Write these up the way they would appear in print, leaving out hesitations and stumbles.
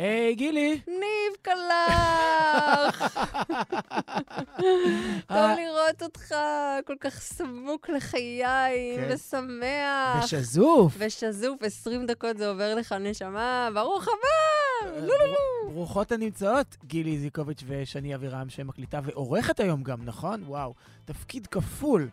היי, גילי. ניב קלח. טוב לראות אותך, כל כך סמוק לחיים, ושמח. ושזוף. 20 דקות זה עובר לך נשמה, ברוך הבא. ברוכות הנמצאות, גילי זיקוביץ' ושני אבירם שמקליטה ועורכת היום גם, נכון? וואו, תפקיד כפול.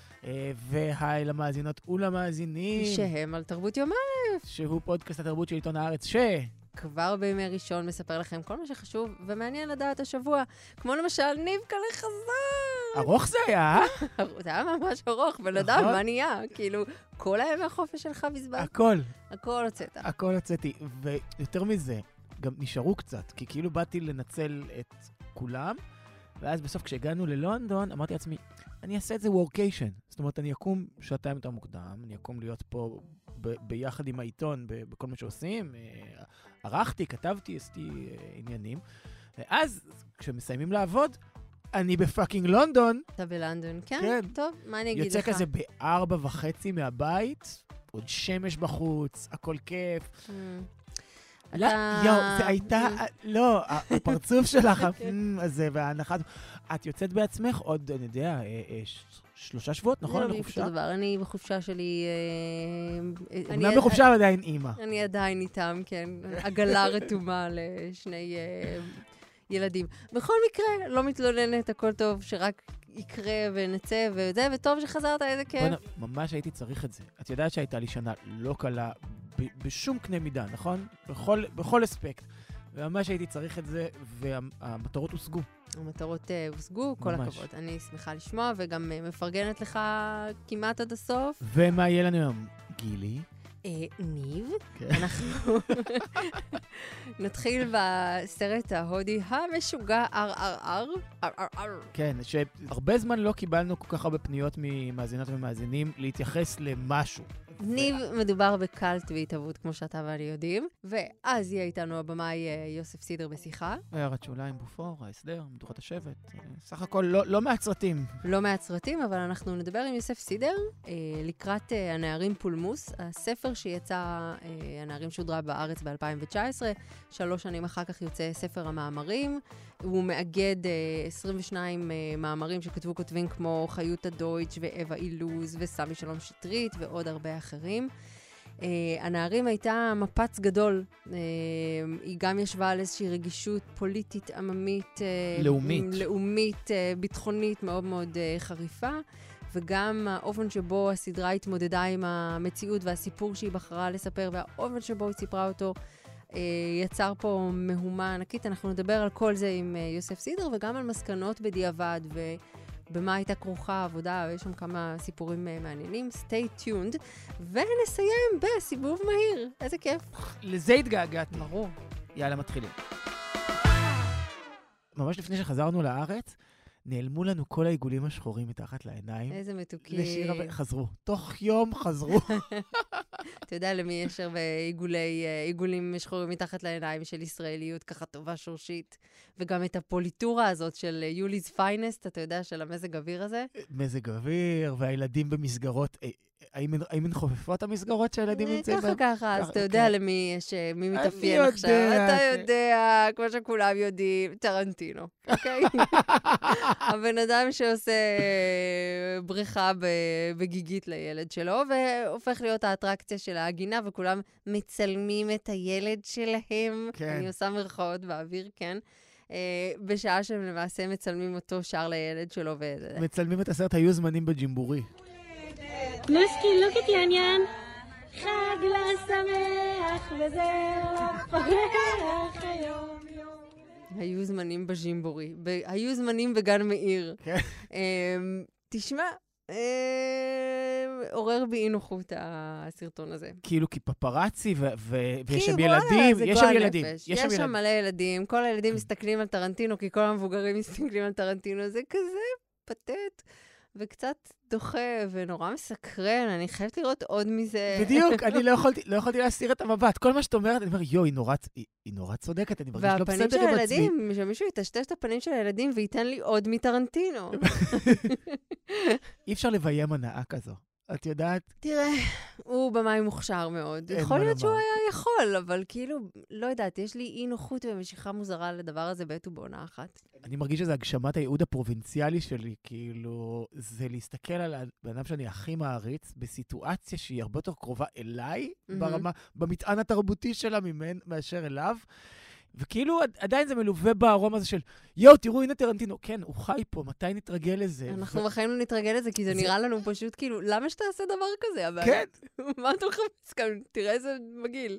והי למאזינות ולמאזינים. שהם על תרבות יומיים. שהוא פודקאסט התרבות של עיתון הארץ, כבר בימי ראשון מספר לכם כל מה שחשוב ומעניין לדעת השבוע. כמו למשל, ניב קלח חזר. ארוך זה היה, זה היה ממש ארוך, ולדעת מה נהיה. כאילו, כל הימי החופש שלך בזבז. הכל הוצאת. הכל הוצאתי. ויותר מזה, גם נשארו קצת, כי כאילו באתי לנצל את כולם, ואז בסוף כשהגענו ללונדון, אמרתי לעצמי, אני אעשה את זה וורקיישן. זאת אומרת, אני אקום שעתיים יותר מוקדם, אני אקום להיות פה ביחד עם העיתון, בכל מה שעושים. ערכתי, כתבתי, עשיתי עניינים. אז, כשמסיימים לעבוד, אני בפאקינג לונדון. אתה בלונדון, כן? טוב, מה אני אגיד לך? יוצא כזה 4:30 מהבית, עוד שמש בחוץ, הכל כיף. לא, זה הייתה, לא, הפרצוף שלך, הזה, וההנחה, את יוצאת בעצמך עוד, אני יודע, 3 שבועות, נכון? זה לא בדיוק דבר, אני בחופשה שלי... אומנם בחופשה עדיין אימא. אני עדיין איתם, כן, עגלה רתומה לשני ילדים. בכל מקרה, לא מתלוננת, הכל טוב, שרק יקרה ונצא וזה, וטוב שחזרת, איזה כיף. ממש הייתי צריך את זה. את יודעת שהייתה לי שנה לא קלה בשום קנה מידה, נכון? בכל אספקט. וממש הייתי צריך את זה, והמטרות הושגו. המטרות הושגו, כל הכבוד. אני שמחה לשמוע, וגם מפרגנת לך כמעט עד הסוף. ומה יהיה לנו היום? גילי? ניב. אנחנו נתחיל בסרט ההודי המשוגע RRR. כן, שהרבה זמן לא קיבלנו כל כך הרבה פניות ממאזינות ומאזינים להתייחס למשהו. ניב מדובר בקלט והתאבות, כמו שאתה ואני יודעים, ואז יהיה איתנו הבמאי יוסף סידר בשיחה. הערת שוליים, בופור, ההסדר, מדורת השבט, סך הכל לא מהצרתים. לא מהצרתים, אבל אנחנו נדבר עם יוסף סידר לקראת הנערים פולמוס, הספר שיצא, הנערים שודרה בארץ ב-2019, 3 שנים אחר כך יוצא ספר המאמרים, הוא מאגד 22 מאמרים שכתבו כותבים כמו חיות הדויטש ואווה אילוז וסמי שלום שטרית ועוד הרבה אחרים. הנערים הייתה מפץ גדול, היא גם ישבה על איזושהי רגישות פוליטית, עממית, לאומית, ביטחונית מאוד מאוד חריפה, וגם האופן שבו הסדרה התמודדה עם המציאות והסיפור שהיא בחרה לספר, והאופן שבו היא סיפרה אותו, יצר פה מהומה ענקית. אנחנו נדבר על כל זה עם יוסף סידר, וגם על מסקנות בדיעבד, ובמה הייתה כרוכה העבודה, ויש שם כמה סיפורים מעניינים. Stay tuned, ונסיים בסיבוב מהיר. איזה כיף. לזה התגעגעתי. ברור. יאללה, מתחילים. ממש לפני שחזרנו לארץ, נעלמו לנו כל העיגולים השחורים מתחת לעיניים. איזה מתוקים. חזרו. תוך יום חזרו. אתה יודע למי יש הרבה עיגולים שחורים מתחת לעיניים של ישראליות ככה טובה שורשית, וגם את הפוליטורה הזאת של יולי's finest, אתה יודע, של המזג אוויר הזה? מזג אוויר, והילדים במסגרות, האם הן חופפות המסגרות שהילדים נמצאים בהם? ככה, אז אתה יודע למי יש, מי מתאפיין עכשיו. אתה יודע, כמו שכולם יודעים, טרנטינו, אוקיי? הבן אדם שעושה בריכה בגיגית לילד שלו, והופך להיות האטרקציה של ההגינה, וכולם מצלמים את הילד שלהם. אני עושה מרכאות באוויר, כן. בשעה שהם למעשה מצלמים אותו שר לילד שלו. מצלמים את הסרט היו זמנים בג'ימבורי. נוסקי, לא כתיאניין. חג לשמח וזהו פרח היום יום. היו זמנים בג'ימבורי. היו זמנים בגן מאיר. תשמע, עורר בי אי-נוחות הסרטון הזה. כאילו כי פפרצי ויש שם ילדים, יש שם ילדים. יש שם מלא ילדים, כל הילדים מסתכלים על טרנטינו, כי כל המבוגרים מסתכלים על טרנטינו, זה כזה פתט, וקצת דוחה ונורא מסקרן, אני חייבת לראות עוד מזה. בדיוק, אני לא יכולתי להסיר את המבט. כל מה שאת אומרת, אני אומר, היא נורא צודקת, אני מרגיש לא בסדר עם עצמי. והפנים של הילדים, שמישהו יטשטש את הפנים של הילדים וייתן לי עוד מטרנטינו. אי אפשר לביים הנאה כזו. את יודעת? תראה, הוא במאי מוכשר מאוד. יכול להיות שהוא היה יכול, אבל כאילו, לא יודעת, יש לי אי נוחות ומשיכה מוזרה לדבר הזה בעת ובעונה אחת. אני מרגיש שזה הגשמת הייעוד הפרובינציאלי שלי, כאילו, זה להסתכל על האדם שאני הכי מעריץ, בסיטואציה שהיא הרבה יותר קרובה אליי, ברמה, במטען התרבותי שלה מאשר אליו, וכאילו עדיין זה מלווה בארום הזה של, יואו, תראו, הנה טרנטינו. כן, הוא חי פה, מתי נתרגל לזה? אנחנו בחיים לא נתרגל לזה, כי זה נראה לנו פשוט כאילו, למה שתעשה דבר כזה? כן. מה אתה מחפש כאן? תראה איזה מגעיל.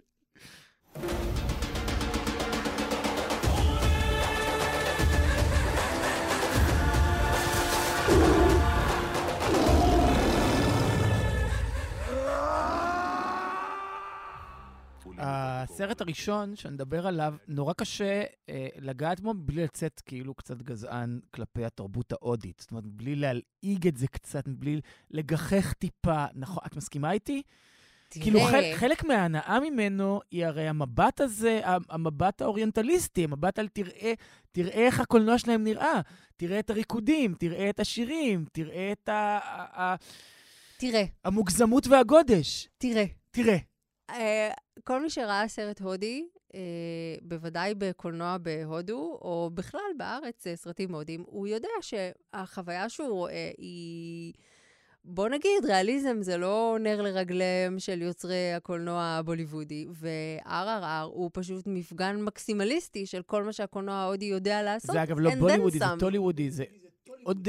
הסרט הראשון שנדבר עליו, נורא קשה לגעת בו בלי לצאת כאילו קצת גזען כלפי התרבות ההודית. זאת אומרת, בלי להלעיג את זה קצת, בלי לגחך טיפה. נכון, את מסכימה איתי? כאילו חלק מההנאה ממנו היא הרי המבט הזה, המבט האוריינטליסטי, המבט על תראה איך הקולנוע שלהם נראה, תראה את הריקודים, תראה את השירים, תראה את המוגזמות והגודש. תראה. כל מי שראה סרט הודי, בוודאי בקולנוע בהודו, או בכלל בארץ סרטים הודים, הוא יודע שהחוויה שהוא רואה היא, בוא נגיד, ריאליזם זה לא נר לרגליהם של יוצרי הקולנוע הבוליוודי, ו-RRR הוא פשוט מפגן מקסימליסטי של כל מה שהקולנוע ההודי יודע לעשות. זה אגב לא בוליוודי, זה טוליוודי, זה עוד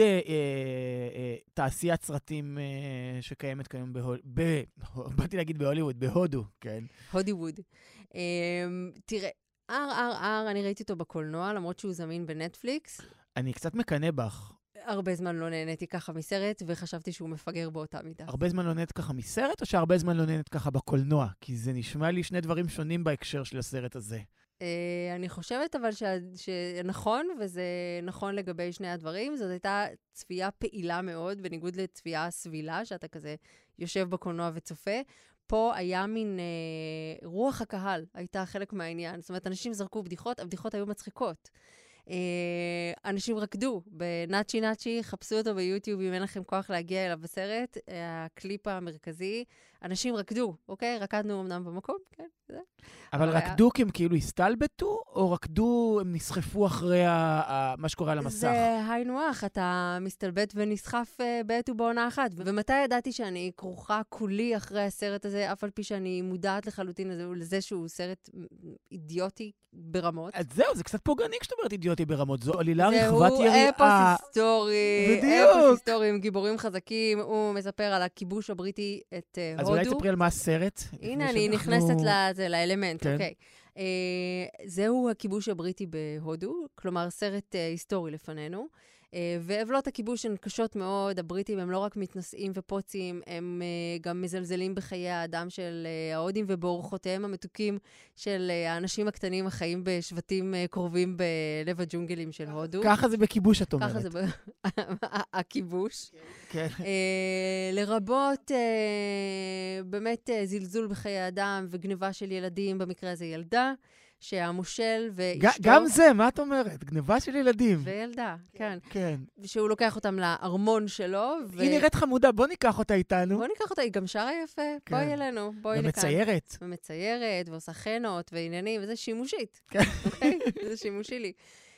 תעשיית סרטים שקיימת כיום באתי להגיד בהוליווד, בהודו, כן. הודיווד. תראה, RRR, אני ראיתי אותו בקולנוע, למרות שהוא זמין בנטפליקס. אני קצת מקנא בך. הרבה זמן לא נהניתי ככה מסרט, וחשבתי שהוא מפגר באותה מידה. הרבה זמן לא נהנית ככה מסרט, או שהרבה זמן לא נהנית ככה בקולנוע? כי זה נשמע לי שני דברים שונים בהקשר של הסרט הזה. אני חושבת אבל שנכון, וזה נכון לגבי שני הדברים, זאת הייתה צפייה פעילה מאוד, בניגוד לצפייה סבילה, שאתה כזה יושב בקולנוע וצופה. פה היה מין רוח הקהל, הייתה חלק מהעניין. זאת אומרת, אנשים זרקו בדיחות, הבדיחות היו מצחיקות. אנשים רקדו בנאצ'י נאצ'י, חפשו אותו ביוטיוב אם אין לכם כוח להגיע אליו בסרט, הקליפ המרכזי, אנשים רקדו, אוקיי? רקדנו אמנם במקום, כן, זה. אבל רקדו כי הם כאילו הסתלבטו, או רקדו, הם נסחפו אחרי מה שקורה על המסך? זה היינו אח, אתה מסתלבט ונסחף בעת ובעונה אחת. ומתי ידעתי שאני כרוכה כולי אחרי הסרט הזה, אף על פי שאני מודעת לחלוטין לזה שהוא סרט אידיוטי ברמות. אז זהו, זה קצת פוגעני כשאת אומרת אידיוטי ברמות. זו עלילה רחבת יריעה. זהו אפוס היסטורי. בדיוק. אפוס היסטורי עם גיבורים חזקים. הוא מספר על הכיבוש הבריטי את הודו. אז אולי תספרי על מה הסרט? הנה, אני נכנסת לאלמנט, אוקיי. זהו הכיבוש הבריטי בהודו, כלומר סרט היסטורי לפנינו. ועבלות הכיבוש הן קשות מאוד, הבריטים הם לא רק מתנשאים ופוצים, הם גם מזלזלים בחיי האדם של ההודים ובאורחותיהם המתוקים של האנשים הקטנים החיים בשבטים קרובים בלב הג'ונגלים של הודו. ככה זה בכיבוש, את אומרת. ככה זה הכיבוש. כן. לרבות באמת זלזול בחיי האדם וגניבה של ילדים, במקרה הזה ילדה. שהמושל ואשתו... גם זה, מה את אומרת? גניבה של ילדים. וילדה, כן. כן. שהוא לוקח אותם לארמון שלו. היא נראית חמודה, בוא ניקח אותה איתנו. בוא ניקח אותה, היא גם שרה יפה. בואי אלינו, בואי לכאן. ומציירת. ומציירת, ועושה חנות ועניינים, וזה שימושית. כן. אוקיי? זה שימושי לי.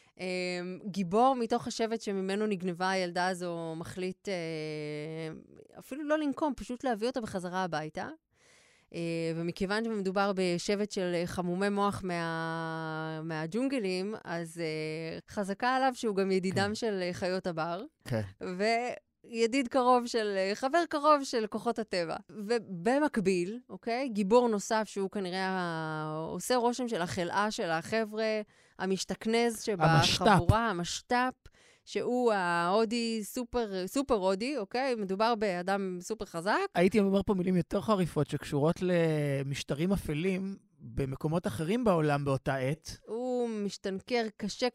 גיבור מתוך השבט שממנו נגנבה הילדה הזו מחליט אפילו לא לנקום, פשוט להביא אותה בחזרה הביתה. ומכיוון שמדובר בשבט של חמומי מוח מהג'ונגלים, אז חזקה עליו שהוא גם ידידם של חיות הבר. כן. וידיד קרוב של, חבר קרוב של כוחות הטבע. ובמקביל, אוקיי, גיבור נוסף שהוא כנראה עושה רושם של החלאה של החבר'ה, המשתכנז שבחבורה, המשת"פ. שהוא ההודי, סופר הודי, אוקיי? מדובר באדם סופר חזק. הייתי אומר פה מילים יותר חריפות שקשורות למשטרים אפלים במקומות אחרים בעולם באותה עת. הוא משתנקר קשה.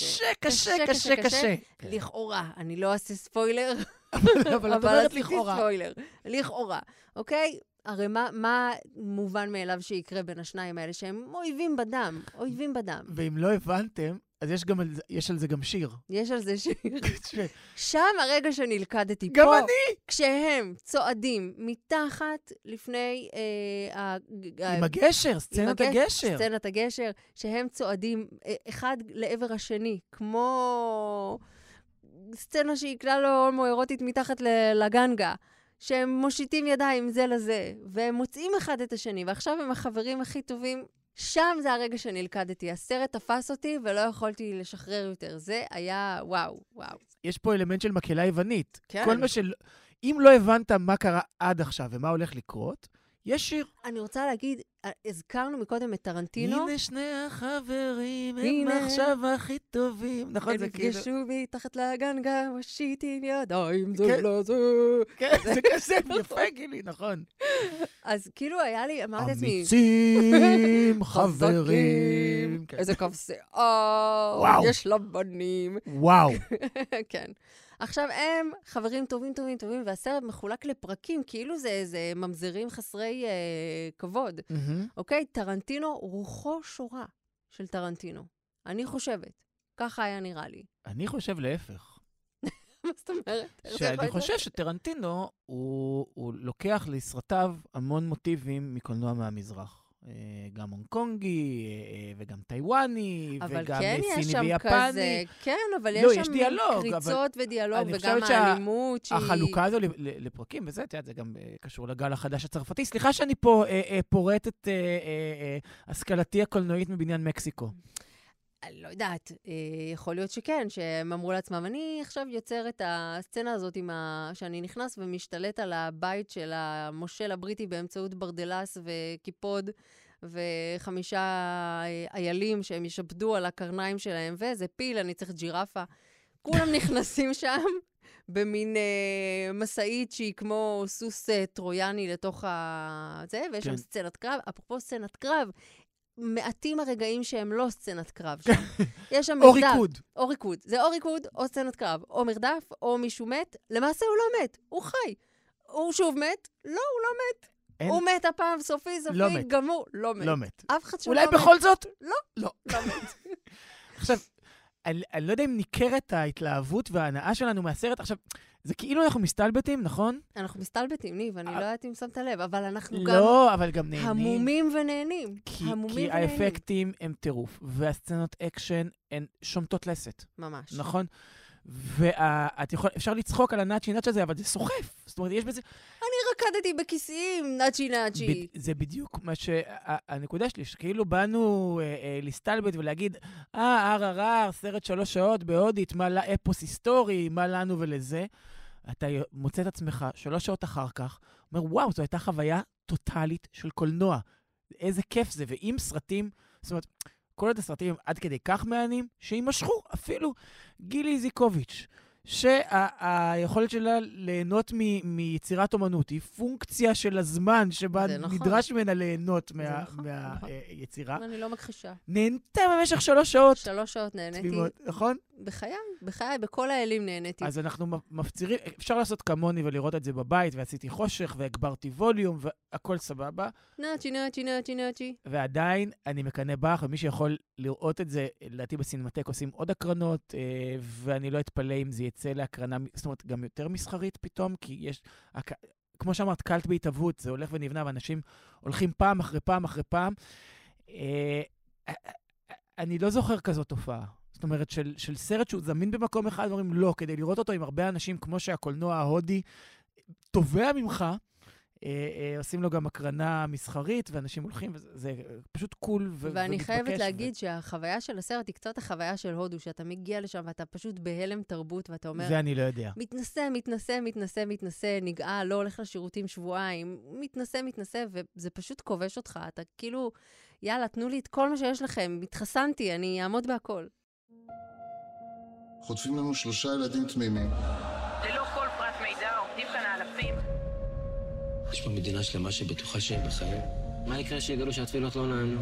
קשה. לכאורה, אני לא אעשה ספוילר. אבל את אומרת לכאורה. ספוילר. לכאורה, אוקיי? הרי מה מובן מאליו שיקרה בין השניים האלה שהם אויבים בדם, אויבים בדם. ואם לא הבנתם, אז יש על זה גם שיר. יש על זה שיר. שם הרגע שנלכדתי. גם פה, אני! כשהם צועדים מתחת לפני... עם הגשר, סצנת הגשר. סצנת הגשר, שהם צועדים אחד לעבר השני, כמו סצנה שהיא כלל לא הומואירוטית מתחת לגנגה, שהם מושיטים ידיים זה לזה, והם מוצאים אחד את השני, ועכשיו הם החברים הכי טובים. שם זה הרגע שנלכדתי. הסרט תפס אותי ולא יכולתי לשחרר יותר. זה היה וואו, וואו. יש פה אלמנט של מקהלה יוונית. כן. כל מה אם לא הבנת מה קרה עד עכשיו ומה הולך לקרות, יש שיר. אני רוצה להגיד, הזכרנו מקודם את טרנטינו. הנה שני החברים, הם עכשיו הכי טובים. נכון, זה כאילו... הם נפגשו מתחת לגנגה, מושיטים ידיים, זה לא זה. כן, זה כזה יפה, גילי, נכון. אז כאילו היה לי, אמרתי לעצמי... אמיצים, חברים. איזה קו שיער, יש לבנים. וואו. כן. עכשיו הם חברים טובים, טובים, טובים, והסרט מחולק לפרקים, כאילו זה איזה ממזרים חסרי כבוד. אוקיי? טרנטינו, רוחו שורה של טרנטינו. אני חושבת. ככה היה נראה לי. אני חושב להפך. מה זאת אומרת? שאני חושב שטרנטינו, הוא לוקח לסרטיו המון מוטיבים מקולנוע מהמזרח. גם הונג קונגי, וגם טיוואני, וגם סיני ויפני. כן, אבל יש שם דיאלוג, קריצות ודיאלוג, וגם האלימות שהיא... החלוקה הזו לפרקים, וזה, זה גם קשור לגל החדש הצרפתי. סליחה שאני פה פורט את השכלתי הקולנועית מבניין מקסיקו. אני לא יודעת, יכול להיות שכן, שהם אמרו לעצמם, אני עכשיו יוצר את הסצנה הזאת שאני נכנס ומשתלט על הבית של המושל הבריטי באמצעות ברדלס וקיפוד ו5 איילים שהם ישפדו על הקרניים שלהם, ואיזה פיל, אני צריך ג'ירפה. כולם נכנסים שם במין מסעית שהיא כמו סוס טרויאני לתוך זה, ויש שם סצנת קרב. אפרופו סצנת קרב, מעטים הרגעים שהם לא סצנת קרב שם. יש שם מרדף. או ריקוד. זה או ריקוד או סצנת קרב. או מרדף, או מישהו מת. למעשה הוא לא מת, הוא חי. הוא שוב מת? לא, הוא לא מת. הוא מת הפעם, סופי, גמור. לא מת. לא מת. אף אחד שהוא לא מת. אולי בכל זאת? לא. לא מת. עכשיו, אני לא יודע אם ניכרת ההתלהבות וההנאה שלנו מהסרט. עכשיו, זה כאילו אנחנו מסתלבטים, נכון? אנחנו מסתלבטים, ניב, אני לא יודעת אם שמת לב, אבל אנחנו גם... לא, אבל גם נהנים. המומים ונהנים. כי האפקטים הם טירוף, והסצנות אקשן הן שומטות לסת. ממש. נכון? אפשר לצחוק על הנאצ'י הזה, אבל זה סוחף. זאת אומרת, יש בזה... אני רקדתי בכיסאים, נאצ'י. זה בדיוק מה שהנקודה שלי, שכאילו באנו להסתלבט ולהגיד, סרט 3 שעות בהודית, מה לאפוס היסטורי, מה לנו ולזה. אתה מוצא את עצמך 3 שעות אחר כך, אומר, וואו, זו הייתה חוויה טוטלית של קולנוע. איזה כיף זה, ועם סרטים, זאת אומרת, כל עוד הסרטים עד כדי כך מעניינים, שימשכו אפילו גילי איזיקוביץ', שהיכולת שלה ליהנות מיצירת אומנות, היא פונקציה של הזמן שבה נדרש ממנה ליהנות מהיצירה. אני לא מכחישה. נהנתה במשך 3 שעות. 3 שעות נהניתי. נכון? בחיי, בכל האלים נהניתי. אז אנחנו מפצירים, אפשר לעשות כמוני ולראות את זה בבית, ועשיתי חושך, והגברתי ווליום, והכל סבבה. נאצ'י. ועדיין אני מקנה בך, ומי שיכול לראות את זה, לדעתי בסינמטק עושים עוד הקרנות, ואני לא אתפלא אם זה יצא להקרנה, זאת אומרת, גם יותר מסחרית פתאום, כי יש, כמו שאמרת, קלט בהתאבות, זה הולך ונבנה, ואנשים הולכים פעם אחרי פעם אחרי פעם. אני לא זוכר כזאת תופעה. זאת אומרת, של סרט שהוא זמין במקום אחד, אומרים לא, כדי לראות אותו עם הרבה אנשים, כמו שהקולנוע ההודי תובע ממך, עושים לו גם הקרנה מסחרית, ואנשים הולכים, וזה פשוט קול ומתבקש. ואני חייבת להגיד שהחוויה של הסרט היא קצת החוויה של הודו, שאתה מגיע לשם ואתה פשוט בהלם תרבות, ואתה אומר... זה אני לא יודע. מתנסה, נגעה, לא הולך לשירותים שבועיים, מתנסה, וזה פשוט כובש אותך. אתה כאילו, יאללה, תנו לי את כל מה שיש לכם, התחסנתי, אני אעמוד בהכל. חוטפים לנו 3 ילדים תמימים. ללא כל פרט מידע, עובדים כאן האלפים. יש פה מדינה שלמה שבטוחה שהם בחיים. מה יקרה שיגלו שהתפילות לא נענו?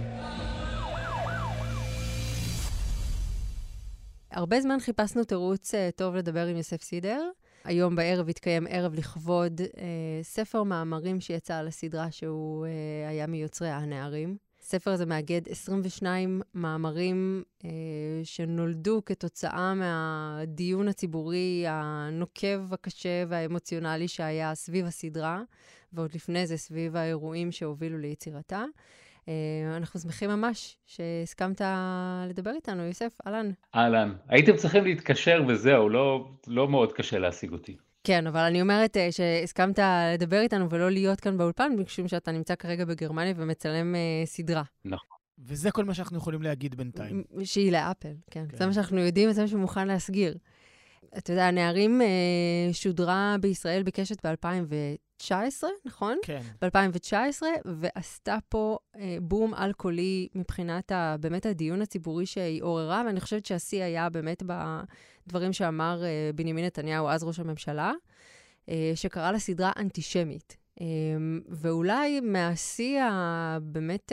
הרבה זמן חיפשנו תירוץ טוב לדבר עם יוסף סידר. היום בערב התקיים ערב לכבוד ספר מאמרים שיצא על הסדרה שהוא היה מיוצרי הנערים. הספר הזה מאגד 22 מאמרים שנולדו כתוצאה מהדיון הציבורי הנוקב, הקשה והאמוציונלי שהיה סביב הסדרה, ועוד לפני זה סביב האירועים שהובילו ליצירתה. אנחנו שמחים ממש שהסכמת לדבר איתנו, יוסף, אהלן. אהלן, הייתם צריכים להתקשר וזהו, לא מאוד קשה להשיג אותי. כן, אבל אני אומרת שהסכמת לדבר איתנו ולא להיות כאן באולפן, משום שאתה נמצא כרגע בגרמניה ומצלם סדרה. נכון. וזה כל מה שאנחנו יכולים להגיד בינתיים. שהיא לאפל, כן. זה מה שאנחנו יודעים, זה מה שמוכן להסגיר. אתה יודע, הנערים שודרה בישראל בקשת ב-2019, נכון? כן. ב-2019, ועשתה פה בום אלכוהולי מבחינת באמת הדיון הציבורי שהיא עוררה, ואני חושבת שהשיא היה באמת בדברים שאמר בנימין נתניהו, אז ראש הממשלה, שקרא לסדרה אנטישמית. ואולי מהשיא הבאמת,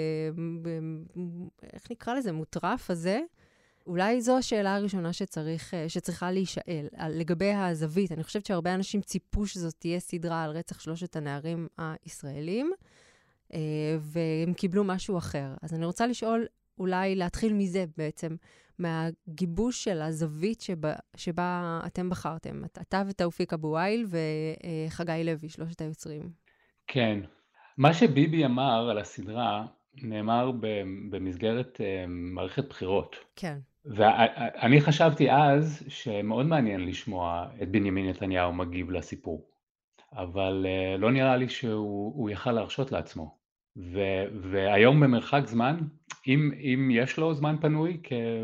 איך נקרא לזה, מוטרף הזה, אולי זו השאלה הראשונה שצריכה להישאל, לגבי הזווית. אני חושבת שהרבה אנשים ציפו שזאת תהיה סדרה על רצח 3 הנערים הישראלים, והם קיבלו משהו אחר. אז אני רוצה לשאול, אולי להתחיל מזה בעצם, מהגיבוש של הזווית שבה אתם בחרתם. אתה ותאופיק אבו וייל וחגי לוי, 3 היוצרים. כן. מה שביבי אמר על הסדרה נאמר במסגרת מערכת בחירות. כן. ואני חשבתי אז שמאוד מעניין לשמוע את בנימין נתניהו מגיב לסיפור. אבל לא נראה לי שהוא יכל להרשות לעצמו. והיום במרחק זמן, אם יש לו זמן פנוי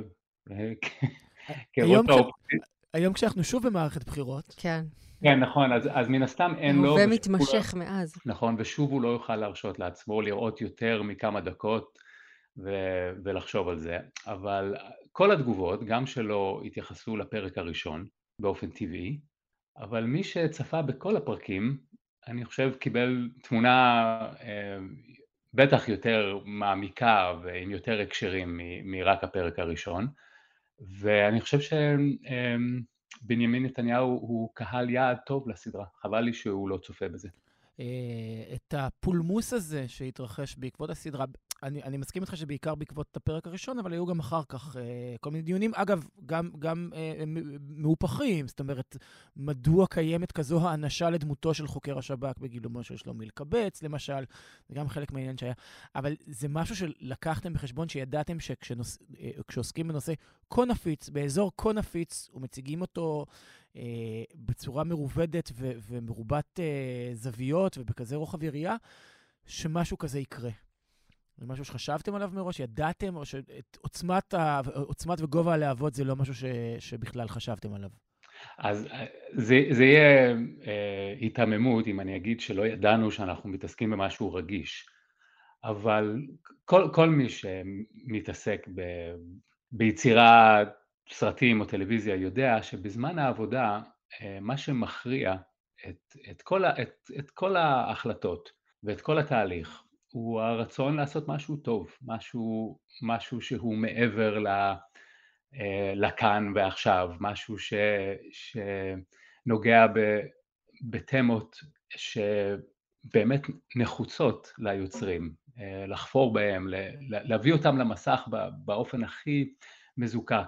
היום כשאנחנו שוב במערכת בחירות. כן. כן, נכון, אז מן הסתם אין לו... הווה מתמשך מאז. נכון, ושוב הוא לא יוכל להרשות לעצמו לראות יותר מכמה דקות ולחשוב על זה. אבל כל התגובות, גם שלא התייחסו לפרק הראשון באופן טבעי, אבל מי שצפה בכל הפרקים, אני חושב קיבל תמונה בטח יותר מעמיקה ועם יותר הקשרים מרק הפרק הראשון. ואני חושב שבנימין נתניהו הוא קהל יעד טוב לסדרה, חבל לי שהוא לא צופה בזה. את הפולמוס הזה שהתרחש בעקבות הסדרה, אני מסכים איתך שבעיקר בעקבות הפרק הראשון, אבל היו גם אחר כך כל מיני דיונים, אגב, גם מהופכים, זאת אומרת, מדוע קיימת כזו האנשה לדמותו של חוקר השב"כ בגילומו של שלומי אלקבץ, למשל, זה גם חלק מהעניין שהיה, אבל זה משהו שלקחתם בחשבון שידעתם שכשעוסקים בנושא כה נפיץ, באזור כה נפיץ, ומציגים אותו בצורה מרובדת ומרובת זוויות ובכזה רוחב יריעה, שמשהו כזה יקרה. זה משהו שחשבתם עליו מראש, ידעתם, או שעוצמת וגובה הלהבות זה לא משהו שבכלל חשבתם עליו? אז זה יהיה התעממות אם אני אגיד שלא ידענו שאנחנו מתעסקים במשהו רגיש, אבל כל מי שמתעסק ביצירת סרטים או טלוויזיה יודע שבזמן העבודה מה שמכריע את כל ההחלטות ואת כל התהליך הוא הרצון לעשות משהו טוב, משהו שהוא מעבר לכאן ועכשיו, משהו שנוגע בתמות שבאמת נחוצות ליוצרים, לחפור בהם, להביא אותם למסך באופן הכי מזוקק.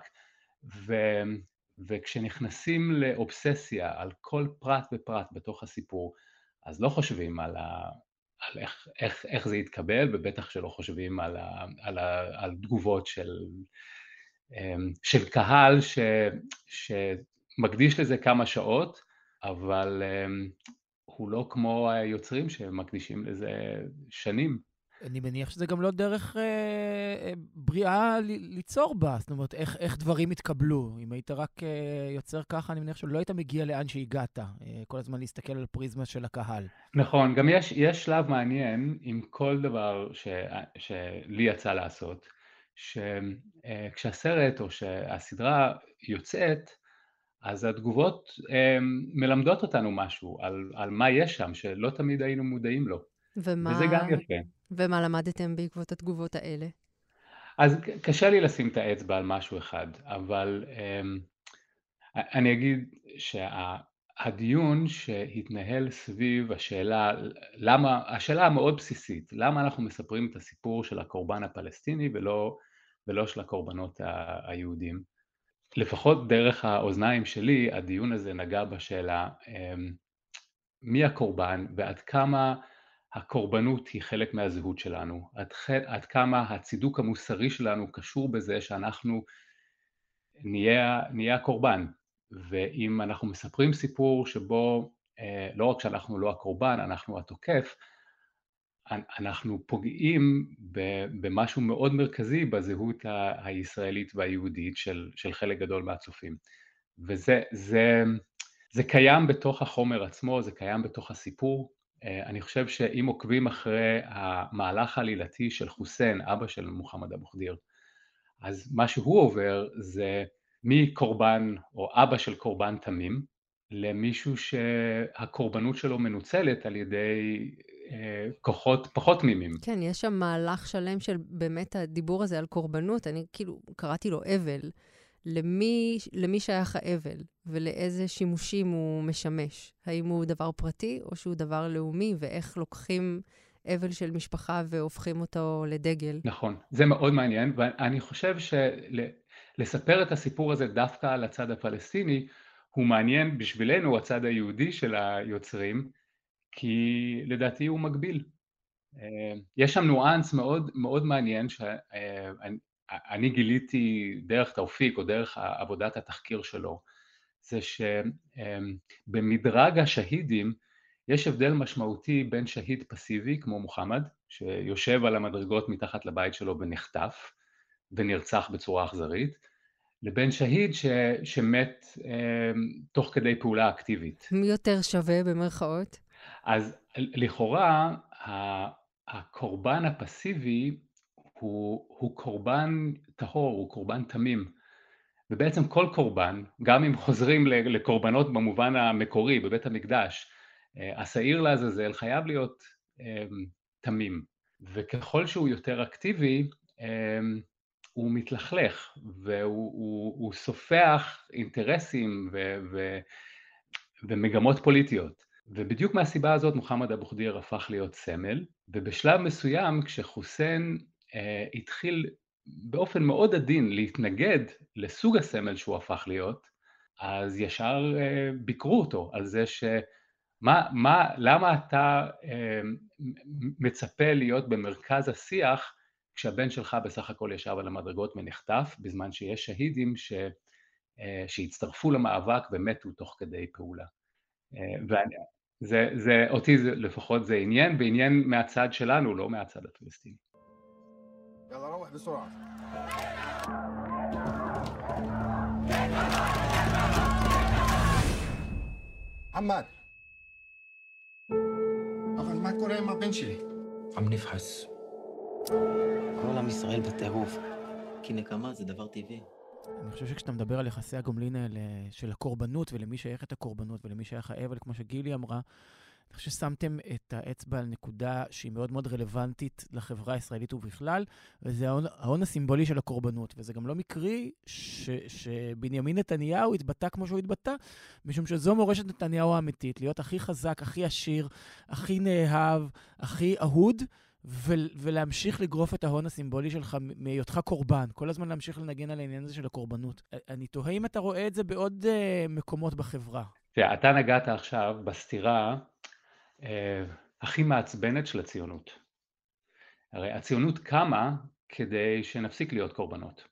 וכשנכנסים לאובססיה על כל פרט ופרט בתוך הסיפור, אז לא חושבים על איך זה יתקבל, ובטח שלא חושבים על תגובות של קהל שמקדיש לזה כמה שעות, אבל הוא לא כמו היוצרים שמקדישים לזה שנים. אני מניח שזה גם לא דרך בריאה ליצור בה, זאת אומרת, איך דברים יתקבלו. אם היית רק יוצר ככה, אני מניח שלא היית מגיע לאן שהגעת, כל הזמן להסתכל על הפריזמה של הקהל. נכון, גם יש שלב מעניין עם כל דבר שלי יצא לעשות, שכשהסרט או שהסדרה יוצאת, אז התגובות מלמדות אותנו משהו על מה יש שם, שלא תמיד היינו מודעים לו. וזה גם יפה. ומה למדתם בעקבות התגובות האלה? אז קשה לי לשים את האצבע על משהו אחד, אבל אני אגיד הדיון שהתנהל סביב השאלה המאוד בסיסית, למה אנחנו מספרים את הסיפור של הקורבן הפלסטיני ולא של הקורבנות היהודים. לפחות דרך האוזניים שלי, הדיון הזה נגע בשאלה מי הקורבן ועד כמה הקורבנות היא חלק מהזהות שלנו, עד כמה הצידוק המוסרי שלנו קשור בזה שאנחנו נהיה הקורבן. ואם אנחנו מספרים סיפור שבו לא רק שאנחנו לא הקורבן, אנחנו התוקף, אנחנו פוגעים במשהו מאוד מרכזי בזהות הישראלית והיהודית של חלק גדול מהצופים. וזה קיים בתוך החומר עצמו, זה קיים בתוך הסיפור. אני חושב שאם עוקבים אחרי המהלך העלילתי של חוסיין, אבא של מוחמד אבו ח'דיר, אז מה שהוא עובר זה מקורבן או אבא של קורבן תמים, למישהו שהקורבנות שלו מנוצלת על ידי כוחות פחות תמימים. כן, יש שם מהלך שלם של באמת הדיבור הזה על קורבנות, אני כאילו קראתי לו אבל, למי שייך האבל ולאיזה שימושים הוא משמש. האם הוא דבר פרטי או שהוא דבר לאומי, ואיך לוקחים אבל של משפחה והופכים אותו לדגל. נכון, זה מאוד מעניין, ואני חושב שלספר את הסיפור הזה דווקא על הצד הפלסטיני, הוא מעניין בשבילנו, הצד היהודי של היוצרים, כי לדעתי הוא מגביל. יש שם ניואנס מאוד מאוד מעניין שאני גיליתי דרך תאופיק או דרך עבודת התחקיר שלו, זה שבמדרג השהידים יש הבדל משמעותי בין שהיד פסיבי כמו מוחמד, שיושב על המדרגות מתחת לבית שלו ונחטף ונרצח בצורה אכזרית, לבין שהיד שמת תוך כדי פעולה אקטיבית. מי יותר שווה במרכאות? אז לכאורה הקורבן הפסיבי הוא קורבן טהור, הוא קורבן תמים. ובעצם כל קורבן, גם אם חוזרים לקורבנות במובן המקורי בבית המקדש, השעיר לעזאזל חייב להיות תמים. וככל שהוא יותר אקטיבי, הוא מתלכלך והוא סופח אינטרסים ומגמות פוליטיות. ובדיוק מהסיבה הזאת מוחמד אבו ח'דיר הפך להיות סמל, ובשלב מסוים כשחוסיין התחיל באופן מאוד עדין להתנגד לסוג הסמל שהוא הפך להיות, אז ישר ביקרו אותו על זה למה אתה מצפה להיות במרכז השיח כשהבן שלך בסך הכל ישב על המדרגות ונחטף, בזמן שיש שהידים שהצטרפו למאבק ומתו תוך כדי פעולה. אותי לפחות זה עניין, ועניין מהצד שלנו, לא מהצד הפלסטיני. يلا روح بسرعة. محمد אבל מה קורה עם הבן שלי? עם נפחס. כל עם ישראל בטירוף, כי נקמה זה דבר טבעי. אני חושב שכשאתה מדבר על יחסי הגומלין האלה של הקורבנות ולמי שייך את הקורבנות ולמי שייך האבל, כמו שגילי אמרה, אני חושב ששמתם את האצבע על נקודה שהיא מאוד מאוד רלוונטית לחברה הישראלית ובכלל, וזה ההון הסימבולי של הקורבנות. וזה גם לא מקרי שבנימין נתניהו התבטא כמו שהוא התבטא, משום שזו מורשת נתניהו האמיתית, להיות הכי חזק, הכי עשיר, הכי נאהב, הכי אהוד, ולהמשיך לגרוף את ההון הסימבולי שלך מהיותך קורבן. כל הזמן להמשיך לנגן על העניין הזה של הקורבנות. אני תוהה אם אתה רואה את זה בעוד מקומות בחברה. אתה נגעת עכשיו בסתירה הכי מעצבנת של הציונות. הרי הציונות קמה כדי שנפסיק להיות קורבנות.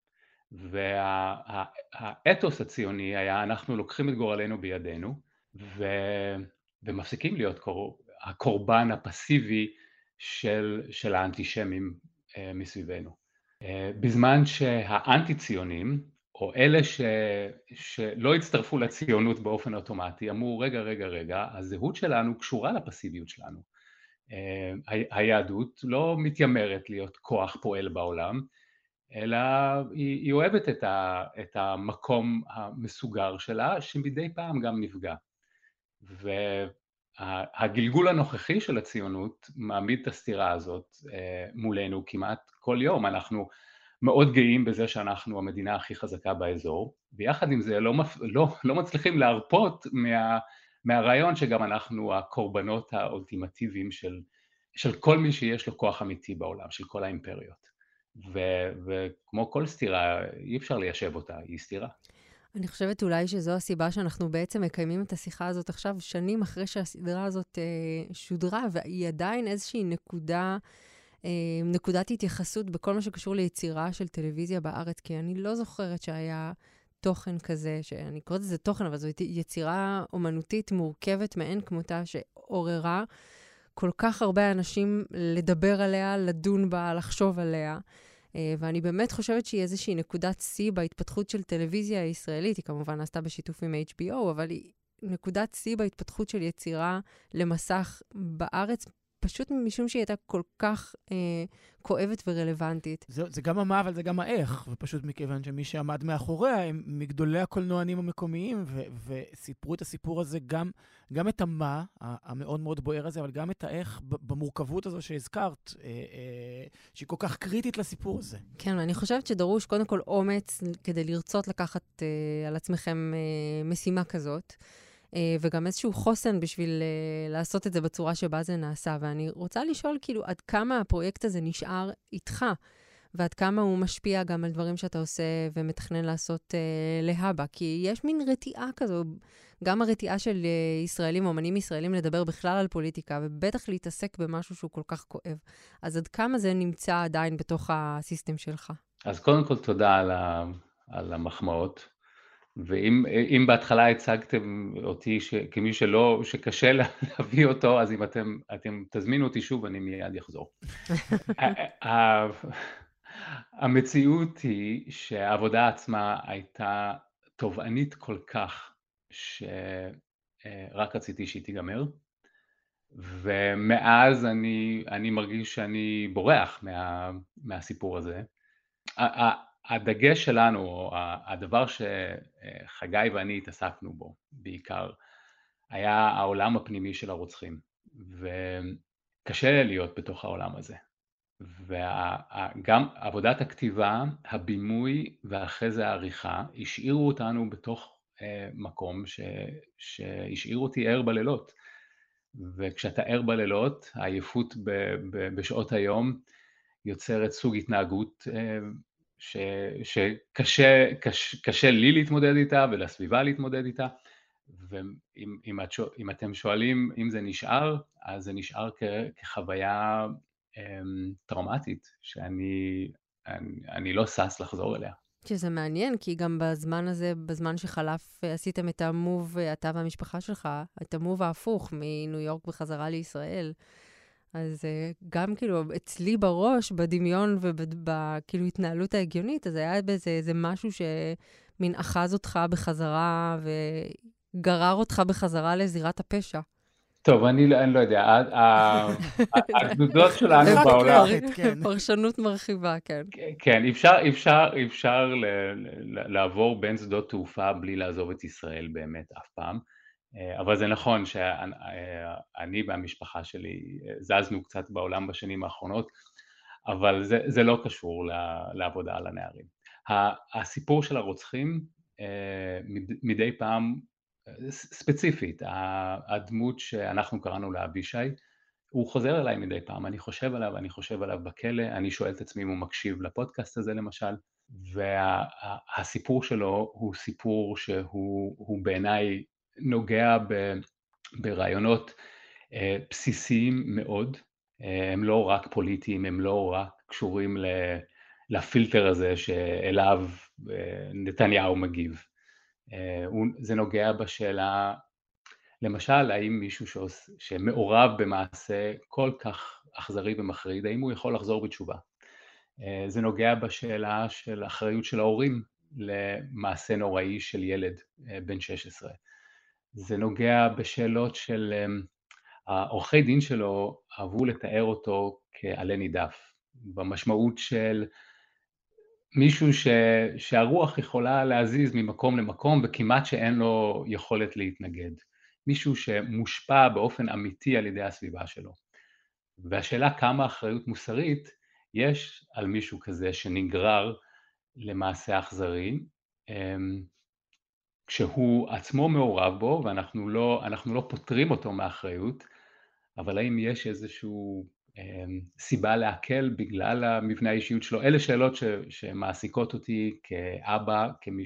והאתוס הציוני היה, אנחנו לוקחים את גורלנו בידינו, ומפסיקים להיות הקורבן הפסיבי של האנטישמים מסביבנו. בזמן שהאנטי-ציונים, או אלה שלא הצטרפו לציונות באופן אוטומטי, אמרו רגע, הזהות שלנו קשורה לפסיביות שלנו. היהדות לא מתיימרת להיות כוח פועל בעולם, אלא היא אוהבת את המקום המסוגר שלה, שמדי פעם גם נפגע. והגלגול הנוכחי של הציונות מעמיד את הסתירה הזאת מולנו כמעט כל יום. אנחנו מאוד גאים בזה שאנחנו המדינה הכי חזקה באזור, ויחד עם זה לא מצליחים להרפות מהרעיון שגם אנחנו הקורבנות האולטימטיביים של כל מי שיש לו כוח אמיתי בעולם, של כל האימפריות. וכמו כל סתירה, אי אפשר ליישב אותה, היא סתירה. אני חושבת אולי שזו הסיבה שאנחנו בעצם מקיימים את השיחה הזאת עכשיו, שנים אחרי שהסדרה הזאת שודרה, והיא עדיין איזושהי נקודת התייחסות בכל מה שקשור ליצירה של טלוויזיה בארץ, כי אני לא זוכרת שהיה תוכן כזה, שאני קוראת לזה תוכן, אבל זו יצירה אומנותית מורכבת מעין כמותה, שעוררה כל כך הרבה אנשים לדבר עליה, לדון בה, לחשוב עליה. ואני באמת חושבת שהיא איזושהי נקודת שיא בהתפתחות של טלוויזיה הישראלית. היא כמובן נעשתה בשיתוף עם HBO, אבל היא נקודת שיא בהתפתחות של יצירה למסך בארץ, פשוט משום שהיא הייתה כל כך כואבת ורלוונטית. זה גם המה, אבל זה גם האיך, ופשוט מכיוון שמי שעמד מאחוריה הם מגדולי הקולנוענים המקומיים, וסיפרו את הסיפור הזה גם את המה, המאוד מאוד בוער הזה, אבל גם את האיך במורכבות הזו שהזכרת, שהיא כל כך קריטית לסיפור הזה. כן, ואני חושבת שדרוש קודם כל אומץ כדי לרצות לקחת על עצמכם משימה כזאת. וגם איזשהו חוסן בשביל לעשות את זה בצורה שבה זה נעשה. ואני רוצה לשאול כאילו עד כמה הפרויקט הזה נשאר איתך, ועד כמה הוא משפיע גם על דברים שאתה עושה ומתכנן לעשות להבא. כי יש מין רתיעה כזו, גם הרתיעה של ישראלים, אומנים ישראלים לדבר בכלל על פוליטיקה, ובטח להתעסק במשהו שהוא כל כך כואב. אז עד כמה זה נמצא עדיין בתוך הסיסטם שלך? אז קודם כל תודה על המחמאות. ואם בהתחלה הצגתם אותי כמי שקשה להביא אותו, אז אם אתם תזמינו אותי שוב, אני מיד יחזור. המציאות היא שהעבודה עצמה הייתה תובענית כל כך, שרק רציתי שהיא תיגמר, ומאז אני מרגיש שאני בורח מהסיפור הזה. הדגש שלנו, הדבר שחגי ואני התעסקנו בו בעיקר, היה העולם הפנימי של הרוצחים, וקשה להיות בתוך העולם הזה. וגם עבודת הכתיבה, הבימוי ואחרי זה העריכה, השאירו אותנו בתוך מקום שהשאירו אותי ער בלילות. וכשאתה ער בלילות, העייפות בשעות היום יוצרת סוג התנהגות שקשה לי להתמודד איתה ולסביבה להתמודד איתה, ואם אתם שואלים אם זה נשאר, אז זה נשאר כחוויה טראומטית, שאני לא שש לחזור אליה. שזה מעניין, כי גם בזמן הזה, בזמן שחלף, עשיתם את המוב, אתה והמשפחה שלך, את המוב ההפוך מניו יורק בחזרה לישראל. אז גם כאילו אצלי בראש, בדמיון ובכאילו התנהלות ההגיונית, אז היה איזה משהו שמין אחז אותך בחזרה וגרר אותך בחזרה לזירת הפשע. טוב, אני לא יודע, הגדודות שלנו בעולם... פרשנות מרחיבה, כן. כן, אפשר לעבור בין שדות תעופה בלי לעזוב את ישראל באמת אף פעם. אבל זה נכון שאני והמשפחה שלי זזנו קצת בעולם בשנים האחרונות, אבל זה לא קשור לעבודה על הנערים. הסיפור של הרוצחים מדי פעם, ספציפית, הדמות שאנחנו קראנו לה אבישי, הוא חוזר אליי מדי פעם, אני חושב עליו בכלא, אני שואל את עצמי אם הוא מקשיב לפודקאסט הזה למשל, והסיפור שלו הוא סיפור שהוא בעיניי נוגע ברעיונות בסיסיים מאוד, הם לא רק פוליטיים, הם לא רק קשורים לפילטר הזה שאליו נתניהו מגיב. זה נוגע בשאלה, למשל, האם מישהו שמעורב במעשה כל כך אכזרי ומחריד, האם הוא יכול לחזור בתשובה? זה נוגע בשאלה של אחריות של ההורים למעשה נוראי של ילד בן 16. זה נוגע בשאלות של העורכי דין שלו, אהבו לתאר אותו כעלה נידף, במשמעות של מישהו שהרוח יכולה להזיז ממקום למקום וכמעט שאין לו יכולת להתנגד. מישהו שמושפע באופן אמיתי על ידי הסביבה שלו. והשאלה כמה אחריות מוסרית יש על מישהו כזה שנגרר למעשה אכזרי, כשהוא עצמו מעורב בו ואנחנו לא פותרים אותו מאחריות, אבל האם יש איזשהו סיבה להקל בגלל המבנה האישיות שלו? אלה שאלות שמעסיקות אותי כאבא, כמי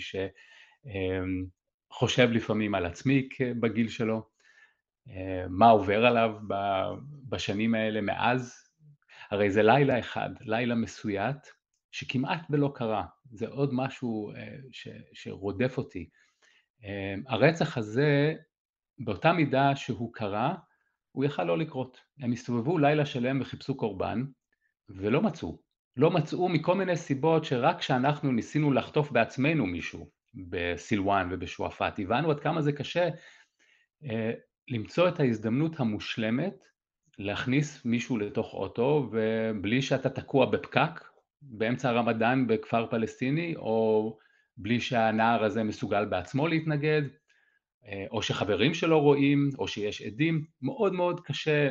שחושב לפעמים על עצמי בגיל שלו, מה עובר עליו בשנים האלה מאז. הרי זה לילה אחד, לילה מסויט, שכמעט ולא קרה, זה עוד משהו שרודף אותי. הרצח הזה, באותה מידה שהוא קרה, הוא יכל לא לקרות. הם הסתובבו לילה שלם וחיפשו קורבן, ולא מצאו. לא מצאו מכל מיני סיבות שרק כשאנחנו ניסינו לחטוף בעצמנו מישהו, בסילואן ובשועפאט, הבנו עד כמה זה קשה למצוא את ההזדמנות המושלמת, להכניס מישהו לתוך אוטו, ובלי שאתה תקוע בפקק, באמצע הרמדאן בכפר פלסטיני, או בלי שהנער הזה מסוגל בעצמו להתנגד, או שחברים שלו רואים, או שיש עדים, מאוד מאוד קשה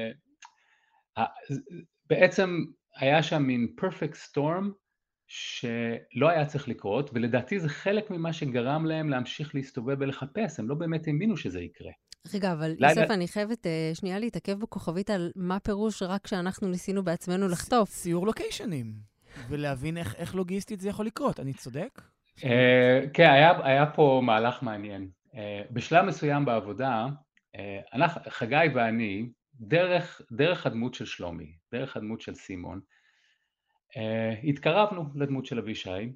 בעצם היה שם מין perfect storm, שלא היה צריך לקרות, ולדעתי זה חלק ממה שגרם להם להמשיך להסתובב ולחפש, הם לא באמת האמינו שזה יקרה. רגע, אבל יוסף, אני חייבת שנייה להתעכב בכוכבית על מה פירוש רק שאנחנו ניסינו בעצמנו לחטוף. סיור לוקיישנים, ולהבין איך לוגיסטית זה יכול לקרות, אני צודק? כן, היה פה מהלך מעניין. בשלב מסוים בעבודה, חגי ואני, דרך הדמות של שלומי, דרך הדמות של סימון, התקרבנו לדמות של אבישי,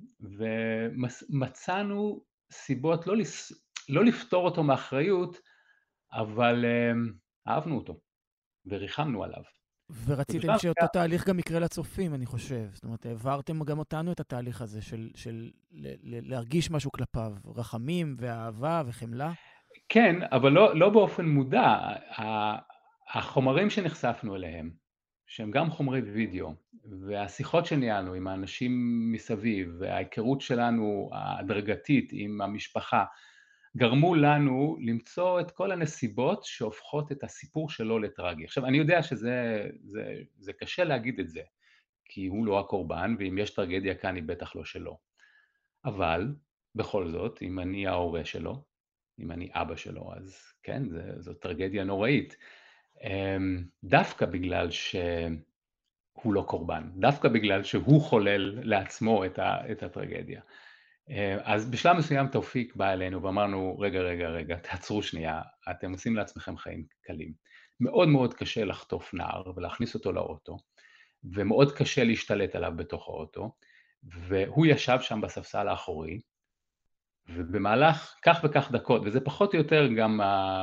ומצאנו סיבות לא לפתור אותו מאחריות, אבל אהבנו אותו, וריחמנו עליו. ורציתם שאותו תהליך גם יקרה לצופים, אני חושב. זאת אומרת, העברתם גם אותנו את התהליך הזה של להרגיש משהו כלפיו, רחמים ואהבה וחמלה. כן, אבל לא באופן מודע. החומרים שנחשפנו אליהם, שהם גם חומרי וידאו, והשיחות שניהלנו עם האנשים מסביב, וההיכרות שלנו ההדרגתית עם המשפחה, גרמו לנו למצוא את כל הנסיבות שהופכות את הסיפור שלו לטרגי. עכשיו, אני יודע שזה קשה להגיד את זה, כי הוא לא הקורבן, ואם יש טרגדיה כאן היא בטח לא שלו. אבל, בכל זאת, אם אני ההורה שלו, אם אני אבא שלו, אז כן, זו טרגדיה נוראית. דווקא בגלל שהוא לא קורבן, דווקא בגלל שהוא חולל לעצמו את הטרגדיה. אז בשלב מסוים תאופיק בא אלינו ואמרנו, רגע, תעצרו שנייה, אתם עושים לעצמכם חיים קלים. מאוד מאוד קשה לחטוף נער ולהכניס אותו לאוטו, ומאוד קשה להשתלט עליו בתוך האוטו, והוא ישב שם בספסל האחורי, ובמהלך כך וכך דקות, וזה פחות או יותר גם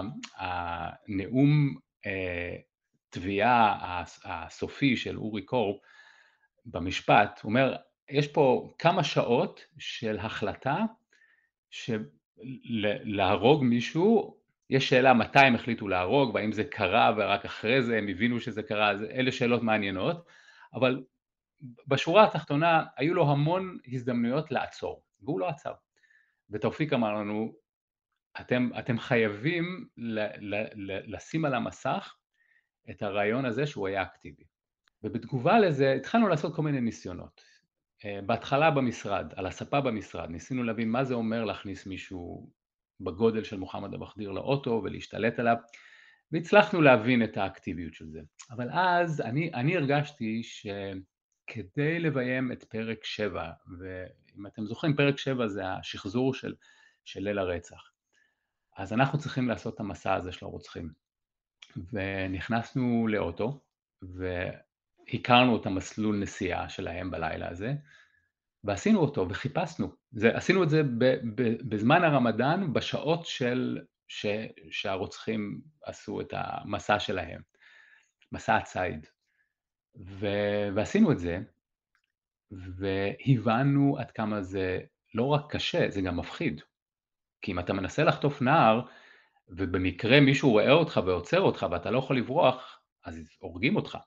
הנאום תביעה הסופי של אורי קורב במשפט, הוא אומר, יש פה כמה שעות של החלטה להרוג מישהו, יש שאלה מתי הם החליטו להרוג, והאם זה קרה ורק אחרי זה הם הבינו שזה קרה, אלה שאלות מעניינות, אבל בשורה התחתונה היו לו המון הזדמנויות לעצור, והוא לא עצר. ותאופיק אמר לנו, אתם חייבים לשים על המסך את הרעיון הזה שהוא היה אקטיבי. ובתגובה לזה התחלנו לעשות כל מיני ניסיונות. בהתחלה במשרד, על הספה במשרד, ניסינו להבין מה זה אומר להכניס מישהו בגודל של מוחמד אבו-ח'דיר לאוטו ולהשתלט עליו, והצלחנו להבין את האקטיביות של זה. אבל אז אני הרגשתי שכדי לביים את פרק 7, ואם אתם זוכרים, פרק 7 זה השחזור של ליל הרצח, אז אנחנו צריכים לעשות את המסע הזה של הרוצחים. ונכנסנו לאוטו, והכרנו את המסלול נסיעה שלהם בלילה הזה, ועשינו אותו וחיפשנו. עשינו את זה בזמן הרמדאן, בשעות שהרוצחים עשו את המסע שלהם, מסע הציד. ועשינו את זה, והבנו עד כמה זה לא רק קשה, זה גם מפחיד. כי אם אתה מנסה לחטוף נער, ובמקרה מישהו רואה אותך ועוצר אותך, ואתה לא יכול לברוח, אז הורגים אותך.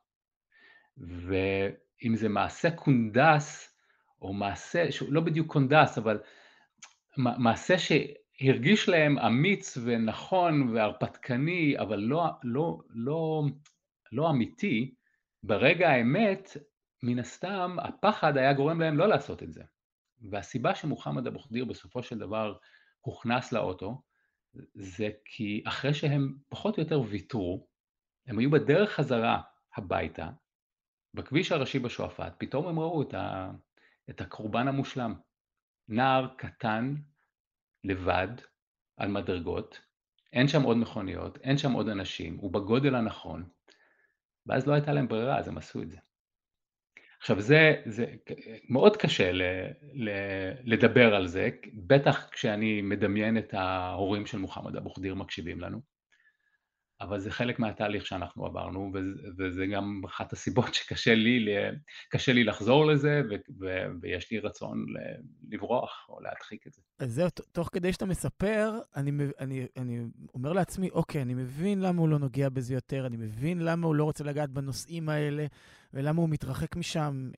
ואם זה מעשה קונדס, או מעשה, שהוא לא בדיוק קונדס, אבל מעשה שהרגיש להם אמיץ ונכון והרפתקני, אבל לא אמיתי, ברגע האמת מן הסתם, הפחד היה גורם להם לא לעשות את זה. והסיבה שמוחמד אבו ח'דיר בסופו של דבר הוכנס לאוטו, זה כי אחרי שהם פחות או יותר ויתרו, הם היו בדרך חזרה הביתה, בכביש הראשי בשועפאט, פתאום הם ראו את הקורבן המושלם. נער קטן, לבד, על מדרגות, אין שם עוד מכוניות, אין שם עוד אנשים, הוא בגודל הנכון, ואז לא הייתה להם ברירה, אז הם עשו את זה. עכשיו זה מאוד קשה לדבר על זה, בטח כשאני מדמיין את ההורים של מוחמד אבו ח'דיר מקשיבים לנו, אבל זה חלק מהתהליך שאנחנו עברנו, וזה גם אחת הסיבות שקשה לי לחזור לזה, ויש לי רצון לברוח או להדחיק את זה. אז זהו, תוך כדי שאתה מספר, אני אומר לעצמי, אוקיי, אני מבין למה הוא לא נוגע בזה יותר, אני מבין למה הוא לא רוצה לגעת בנושאים האלה, ולמה הוא מתרחק משם,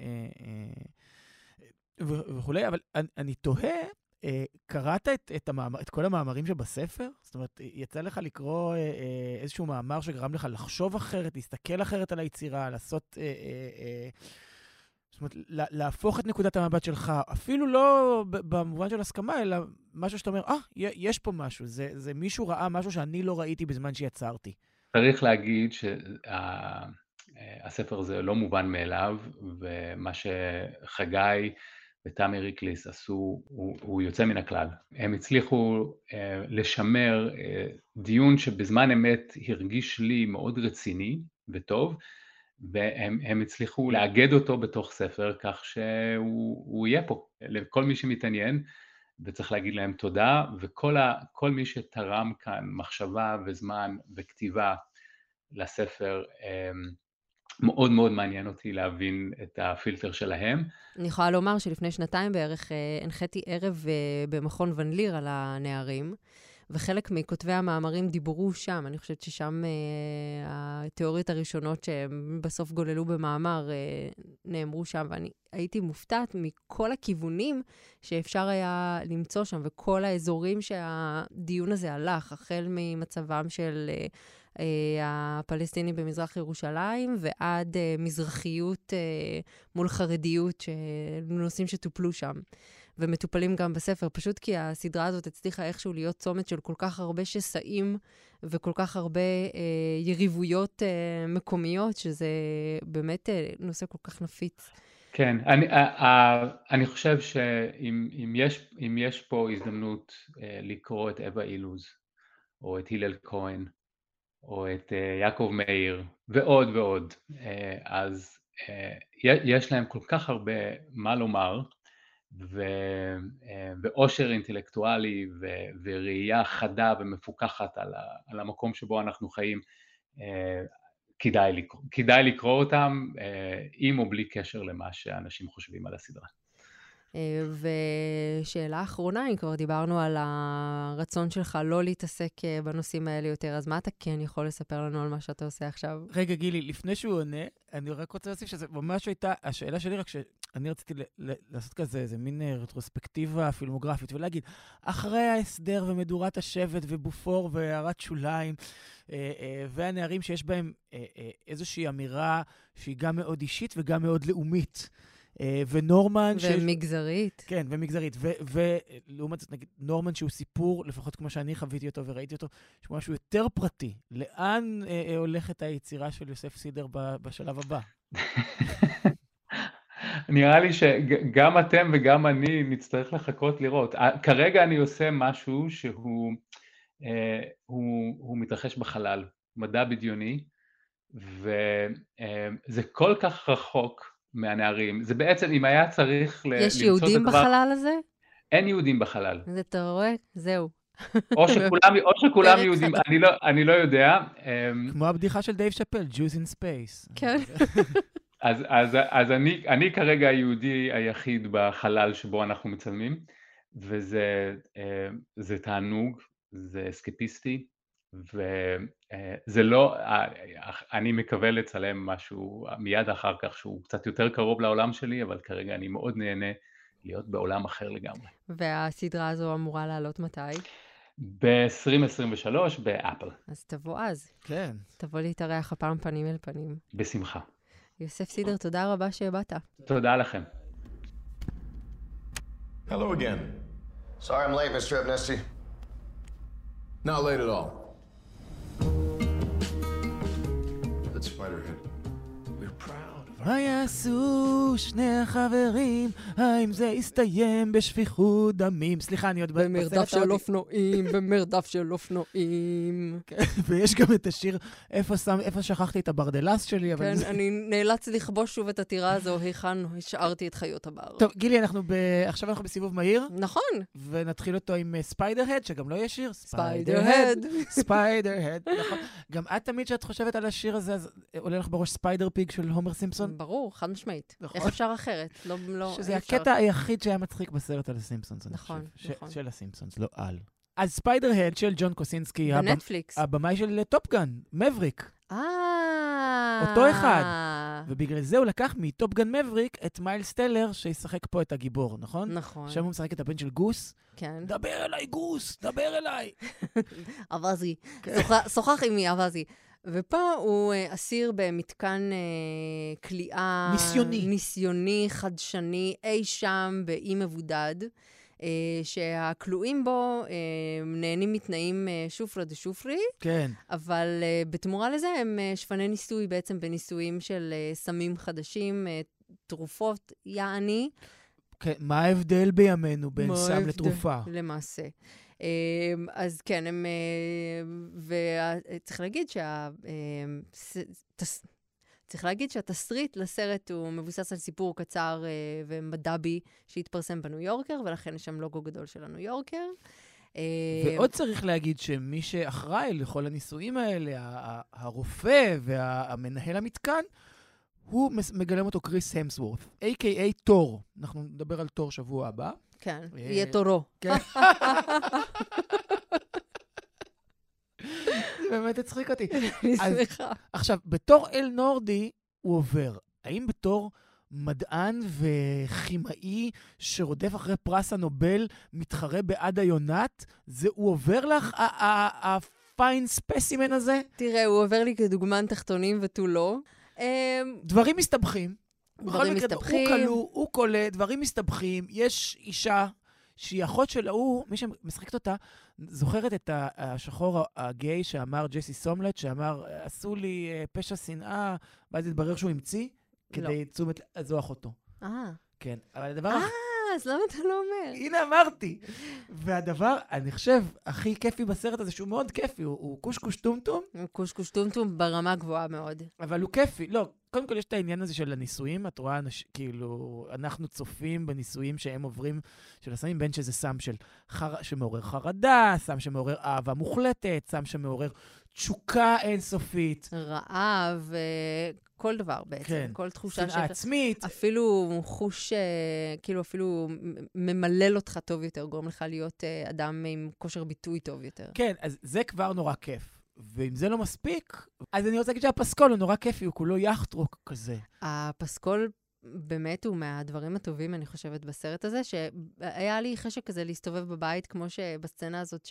וכולי, אבל אני תוהה, קראת את כל המאמרים שבספר? זאת אומרת, יצא לך לקרוא איזשהו מאמר שגרם לך לחשוב אחרת, להסתכל אחרת על היצירה, לעשות, זאת אומרת, להפוך את נקודת המבט שלך, אפילו לא במובן של הסכמה, אלא משהו שאתה אומר, יש פה משהו, זה מישהו ראה משהו שאני לא ראיתי בזמן שיצרתי. צריך להגיד שהספר הזה לא מובן מאליו, ומה שחגי ותמי ריקליס עשו, הוא יוצא מן הכלל. הם הצליחו לשמר דיון שבזמן אמת הרגיש לי מאוד רציני וטוב, והם הצליחו לאגד אותו בתוך ספר, כך שהוא יהיה פה לכל מי שמתעניין, וצריך להגיד להם תודה, וכל מי שתרם כאן מחשבה וזמן וכתיבה לספר, מאוד מאוד מעניין אותי להבין את הפילטר שלהם. אני יכולה לומר שלפני שנתיים בערך הנחיתי ערב במכון ון ליר על הנערים, וחלק מכותבי המאמרים דיברו שם. אני חושבת ששם התיאוריות הראשונות שהם בסוף גוללו במאמר נאמרו שם, ואני הייתי מופתעת מכל הכיוונים שאפשר היה למצוא שם, וכל האזורים שהדיון הזה הלך, החל ממצבם של הפלסטינים במזרח ירושלים, ועד מזרחיות מול חרדיות, נושאים שטופלו שם. ומטופלים גם בספר, פשוט כי הסדרה הזאת הצליחה איכשהו להיות צומת של כל כך הרבה שסעים, וכל כך הרבה יריבויות מקומיות, שזה באמת נושא כל כך נפיץ. כן, אני חושב שאם יש פה הזדמנות לקרוא את אווה אילוז, או את הלל כהן, או את יעקב מאיר, ועוד ועוד, אז יש להם כל כך הרבה מה לומר, ואושר אינטלקטואלי וראייה חדה ומפוקחת על המקום שבו אנחנו חיים, כדאי לקרוא אותם, עם או בלי קשר למה שאנשים חושבים על הסדרה. ושאלה אחרונה, אם כבר דיברנו על הרצון שלך לא להתעסק בנושאים האלה יותר, אז מה אתה כן יכול לספר לנו על מה שאתה עושה עכשיו? רגע, גילי, לפני שהוא עונה, אני רק רוצה להוסיף שזה ממש הייתה, השאלה שלי רק שאני רציתי לעשות כזה, איזה מין רטרוספקטיבה פילמוגרפית, ולהגיד, אחרי ההסדר ומדורת השבט ובופור והערת שוליים, והנערים שיש בהם איזושהי אמירה שהיא גם מאוד אישית וגם מאוד לאומית, ונורמן... ומגזרית. כן, ומגזרית. ולעומת זאת, נגיד, נורמן שהוא סיפור, לפחות כמו שאני חוויתי אותו וראיתי אותו, שהוא משהו יותר פרטי. לאן הולכת היצירה של יוסף סידר בשלב הבא? נראה לי שגם אתם וגם אני נצטרך לחכות לראות. כרגע אני עושה משהו שהוא מתרחש בחלל, מדע בדיוני, וזה כל כך רחוק מהנערים. זה בעצם, אם היה צריך למצוא את הדבר... יש יהודים בחלל הזה? אין יהודים בחלל. אתה רואה? זהו. או שכולם יהודים, אני לא יודע. כמו הבדיחה של דייב שאפל, Jews in Space. כן. אז אני כרגע היהודי היחיד בחלל שבו אנחנו מצלמים, וזה תענוג, זה אסקפיסטי, וזה לא, אני מקווה לצלם משהו מיד אחר כך שהוא קצת יותר קרוב לעולם שלי, אבל כרגע אני מאוד נהנה להיות בעולם אחר לגמרי. והסדרה הזו אמורה לעלות מתי? ב-2023 באפל. אז תבוא אז. כן. תבוא להתארח הפעם פנים אל פנים. בשמחה. יוסף סידר, תודה רבה שבאת. תודה לכם. Hello again. Sorry I'm late, Mr. Abnesti. Not late at all. That's Spiderhead. We're proud of מה יעשו שני החברים? האם זה יסתיים בשפיכות דמים? סליחה, אני עוד במרדף של אופנועים, במרדף של אופנועים. ויש גם את השיר, איפה שכחתי את הברדלס שלי, אבל... כן, אני נאלץ לכבוש שוב את הטירה הזו, היכן השארתי את חיות הבר. טוב, גילי, עכשיו אנחנו בסיבוב מהיר. נכון. ונתחיל אותו עם ספיידר-הד, שגם לא יש שיר. ספיידר-הד. ספיידר-הד, נכון. גם את תמיד שאת חושבת על השיר הזה, אז עולה לך בראש ספיידר-פיג של הומר סימפסון? ברור, חד משמעית. נכון. איך אפשר אחרת? שזה הקטע היחיד שהיה מצחיק בסרט על הסימפסונס. נכון, נכון. של הסימפסונס, לא על. אז ספיידר-הד של ג'ון קוסינסקי, בנטפליקס. הבמאי של טופגן, מבריק. אותו אותו אחד. ובגלל זה הוא לקח מטופגן מבריק את מיילס טלר, שישחק פה את הגיבור, נכון? נכון. שם הוא משחק את הבן של גוס. כן. דבר אליי, גוס, דבר אליי. אבזי. שוחח עמי, אבזי. ופה הוא אסיר במתקן כליאה... ניסיוני, חדשני, אי שם, באי מבודד, שהכלואים בו נהנים מתנאים שופרה דשופרי. כן. אבל בתמורה לזה הם שפני ניסוי בעצם בניסויים של סמים חדשים, תרופות, יעני. כן, מה ההבדל בימינו בין סם לתרופה? למעשה. אז כן, הם... וצריך להגיד שהתסריט לסרט הוא מבוסס על סיפור קצר ומדבי שהתפרסם בניו יורקר, ולכן יש שם לוגו גדול של הניו יורקר. ועוד צריך להגיד שמי שאחראי לכל הניסויים האלה, הרופא והמנהל המתקן, הוא מגלם אותו קריס המסוורת', a.k.a. תור. אנחנו נדבר על תור שבוע הבא. כן, יהיה תורו. כן. זה באמת הצחיק אותי. אני שמחה. עכשיו, בתור אל נורדי הוא עובר. האם בתור מדען וכימאי שרודף אחרי פרס הנובל, מתחרה בעד היונת, הוא עובר לך, הפיין ספסימן הזה? תראה, הוא עובר לי כדוגמן תחתונים ותו לא. דברים מסתבכים. דברים מסתבכים. הוא כלוא, הוא קולה, דברים מסתבכים. יש אישה שהיא אחות של ההוא, מי שמשחקת אותה, זוכרת את השחור הגיי שאמר ג'סי סומלט, שאמר, עשו לי פשע שנאה, ואז התברר שהוא המציא, כדי תשומת, אז זו אחותו. כן, אבל הדבר... אז למה אתה לא אומר? הנה אמרתי. והדבר, אני חושב, הכי כיפי בסרט הזה, שהוא מאוד כיפי, הוא קושקוש טומטום. הוא קושקוש טומטום ברמה גבוהה מאוד. אבל הוא כיפי. לא, קודם כל יש את העניין הזה של הניסויים, את רואה, כאילו, אנחנו צופים בניסויים שהם עוברים, של הסמים, בין שזה סם שמעורר חרדה, סם שמעורר אהבה מוחלטת, סם שמעורר תשוקה אינסופית. רעב, כל דבר בעצם, כן. כל תחושה שנאה עצמית. אפילו חוש, כאילו אפילו ממלל אותך טוב יותר, גורם לך להיות אדם עם כושר ביטוי טוב יותר. כן, אז זה כבר נורא כיף. ואם זה לא מספיק, אז אני רוצה להגיד שהפסקול הוא נורא כיפי, הוא כולו יחטרוק כזה. הפסקול באמת הוא מהדברים הטובים, אני חושבת, בסרט הזה, שהיה לי חשק כזה להסתובב בבית, כמו שבסצנה הזאת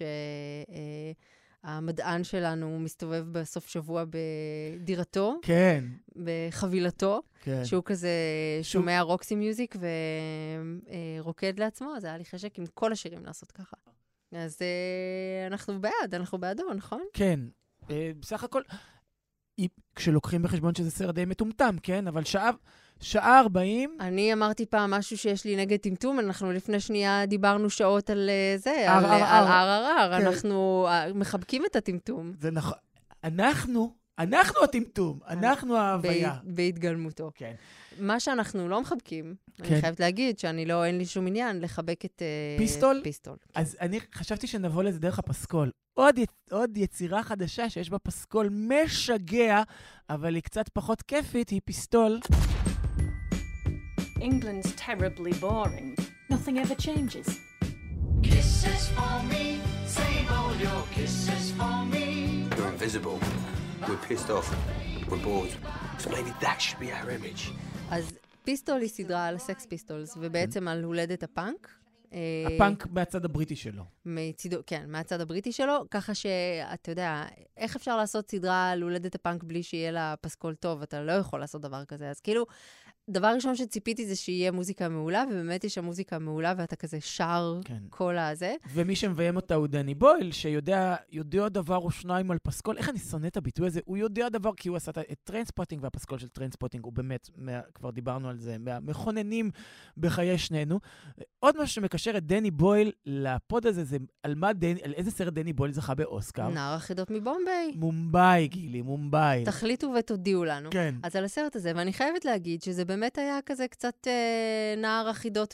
המדען שלנו מסתובב בסוף שבוע בדירתו, כן. בחבילתו, כן. שהוא כזה שומע רוקסי מיוזיק ורוקד לעצמו, אז היה לי חשק עם כל השירים לעשות ככה. אז אנחנו בעדו, נכון? כן. בסך הכל, כשלוקחים בחשבון שזה סרט די מטומטם, כן? אבל שעה 40... אני אמרתי פעם משהו שיש לי נגד טמטום, אנחנו לפני שנייה דיברנו שעות על זה, על RRR, אנחנו מחבקים את הטמטום. זה נכון. אנחנו הטמטום, אנחנו ההוויה. בהתגלמותו. כן. מה שאנחנו לא מחבקים, אני חייבת להגיד אין לי שום עניין לחבק את פיסטול. אז אני חשבתי שנבוא לזה דרך הפסקול. עוד יצירה חדשה שיש בה פסקול משגע, אבל היא קצת פחות כיפית, היא פיסטול. England's terribly boring. Nothing ever changes. Kisses for me, save all your kisses for me. You're invisible. We're pissed off. We're bored. So maybe that should be our image. אז פיסטול היא סדרה על הסקס פיסטולס, ובעצם על הולדת הפאנק. הפאנק מהצד הבריטי שלו. כן, מהצד הבריטי שלו, ככה שאתה יודע, איך אפשר לעשות סדרה על הולדת הפאנק בלי שיהיה לה פסקול טוב? אתה לא יכול לעשות דבר כזה. אז כאילו, דבר ראשון שציפיתי זה שיהיה מוזיקה מעולה, ובאמת יש שם מוזיקה מעולה, ואתה כזה שר כל הזה. ומי שמביים אותה הוא דני בויל, שיודע דבר או שניים על פסקול. איך אני שונא את הביטוי הזה? הוא יודע דבר כי הוא עשה את טריינספוטינג, והפסקול של טריינספוטינג הוא באמת, כבר דיברנו על זה, מהמכוננים בחיי שנינו. עוד משהו שמקשר את דני בויל לפוד הזה, זה על איזה סרט דני בויל זכה באוסקר? נער החידות מבומביי. מומביי, גילי, מומביי. תחליטו ותודיעו לנו. כן. אז על הסרט הזה, ואני חייבת להגיד שזה באמת היה כזה קצת נער החידות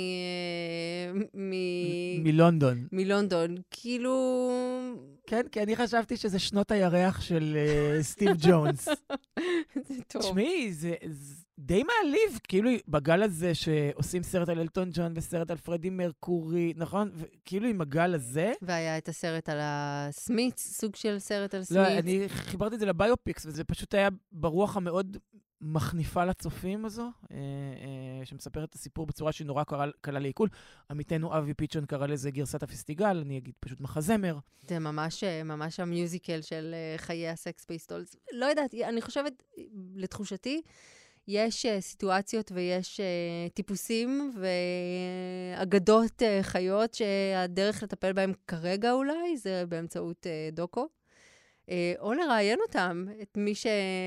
מלונדון. מלונדון. כאילו... כן, כי אני חשבתי שזה שנות הירח של סטיב ג'ונס. זה טוב. תשמעי, זה די מעליב, כאילו בגל הזה שעושים סרט על אלטון ג'ון וסרט על פרדי מרקורי, נכון? כאילו עם הגל הזה. והיה את הסרט על הסמיץ, סוג של סרט על סמיץ. לא, אני חיברתי את זה לביופיקס, וזה פשוט היה ברוח המאוד מחניפה לצופים הזו, שמספרת את הסיפור בצורה שהיא נורא קלה לעיכול. עמיתנו אבי פיצ'ון קרא לזה גרסת הפסטיגל, אני אגיד פשוט מחזמר. זה ממש המיוזיקל של חיי הסקס פיסטולס. לא יודעת, אני חושבת, לתחושתי, יש סיטואציות ויש טיפוסים ואגדות חיות שהדרך לטפל בהם כרגע אולי, זה באמצעות דוקו. או לראיין אותם, את מי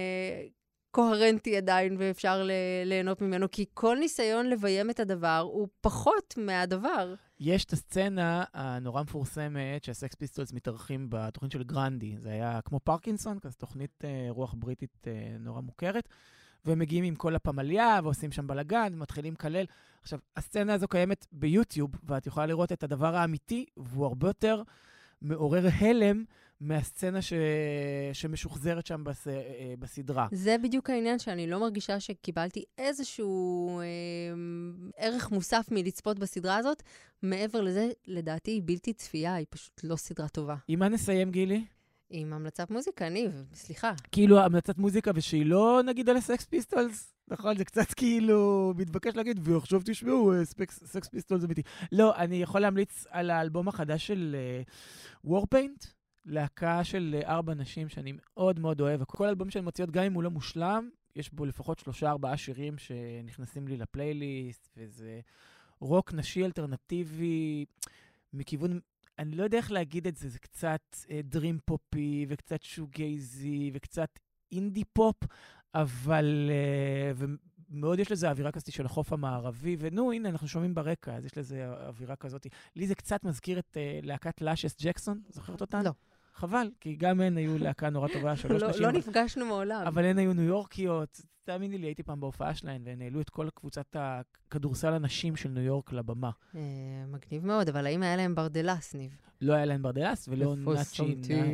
קוהרנטי עדיין ואפשר ליהנות ממנו, כי כל ניסיון לביים את הדבר הוא פחות מהדבר. יש את הסצנה הנורא מפורסמת שהסקס פיסטולס מתארחים בתוכנית של גרנדי. זה היה כמו פרקינסון, כזו תוכנית רוח בריטית נורא מוכרת, והם מגיעים עם כל הפמליה ועושים שם בלגן ומתחילים כלל. עכשיו, הסצנה הזו קיימת ביוטיוב, ואת יכולה לראות את הדבר האמיתי, והוא הרבה יותר מעורר הלם מהסצנה שמשוחזרת שם בסדרה. זה בדיוק העניין שאני לא מרגישה שקיבלתי איזשהו ערך מוסף מלצפות בסדרה הזאת. מעבר לזה, לדעתי, היא בלתי צפייה, היא פשוט לא סדרה טובה. עם מה נסיים, גילי? עם המלצת מוזיקה, ניב, סליחה. כאילו המלצת מוזיקה ושהיא לא נגיד על הסקס פיסטולס? נכון, זה קצת כאילו מתבקש להגיד, ועכשיו תשמעו, סקס פיסטולס אמיתי. לא, אני יכול להמליץ על האלבום החדש של וורפיינט, להקה של 4 נשים שאני מאוד מאוד אוהב. כל אלבום שהן מוציאות, גם אם הוא לא מושלם, יש בו לפחות 3-4 שירים שנכנסים לי לפלייליסט, וזה רוק נשי אלטרנטיבי, מכיוון, אני לא יודע איך להגיד את זה, זה קצת דרים פופי, וקצת שוגייזי, וקצת אינדי פופ, אבל, ומאוד יש לזה אווירה כזאת של החוף המערבי, ונו, הנה, אנחנו שומעים ברקע, אז יש לזה אווירה כזאת. לי זה קצת מזכיר את להקת לאשס ג'קסון, זוכרת אותן? לא. חבל, כי גם הן היו להקה נורא טובה, 3 נשים. לא נפגשנו מעולם. אבל הן היו ניו יורקיות, תאמיני לי, הייתי פעם בהופעה שלהן, והן העלו את כל קבוצת הכדורסל הנשים של ניו יורק לבמה. מגניב מאוד, אבל האם היה להם ברדלס, ניב? לא היה להם ברדלס, ולא נאצ'י.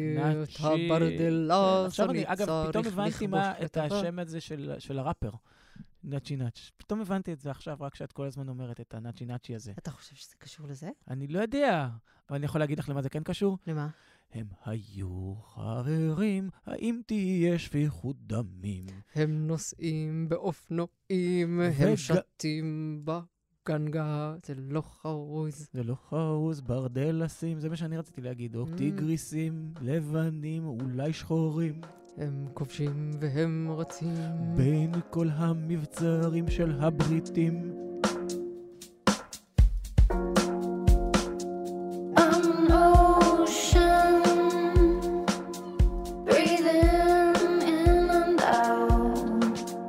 עכשיו אני, אגב, פתאום הבנתי את השם הזה של הראפר. נאצ'י נאצ'. פתאום הבנתי את זה עכשיו, רק שאת כל הזמן אומרת את הנאצ'י נאצ'י הזה. אתה חושב שזה קשור לזה? אני לא יודע, אבל אני יכול להגיד לך למה זה כן קשור. למה? הם היו חררים, האם תהיה שפיכות דמים? הם נוסעים באופנועים, הם שתים בגנגה, זה לא חרוז. זה לא חרוז, ברדלסים, זה מה שאני רציתי להגיד. או טיגריסים, לבנים, אולי שחורים. הם כובשים והם רצים בין כל המבצרים של הבריטים.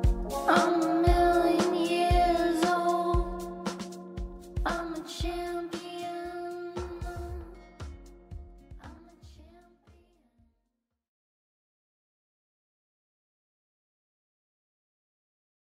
Champion.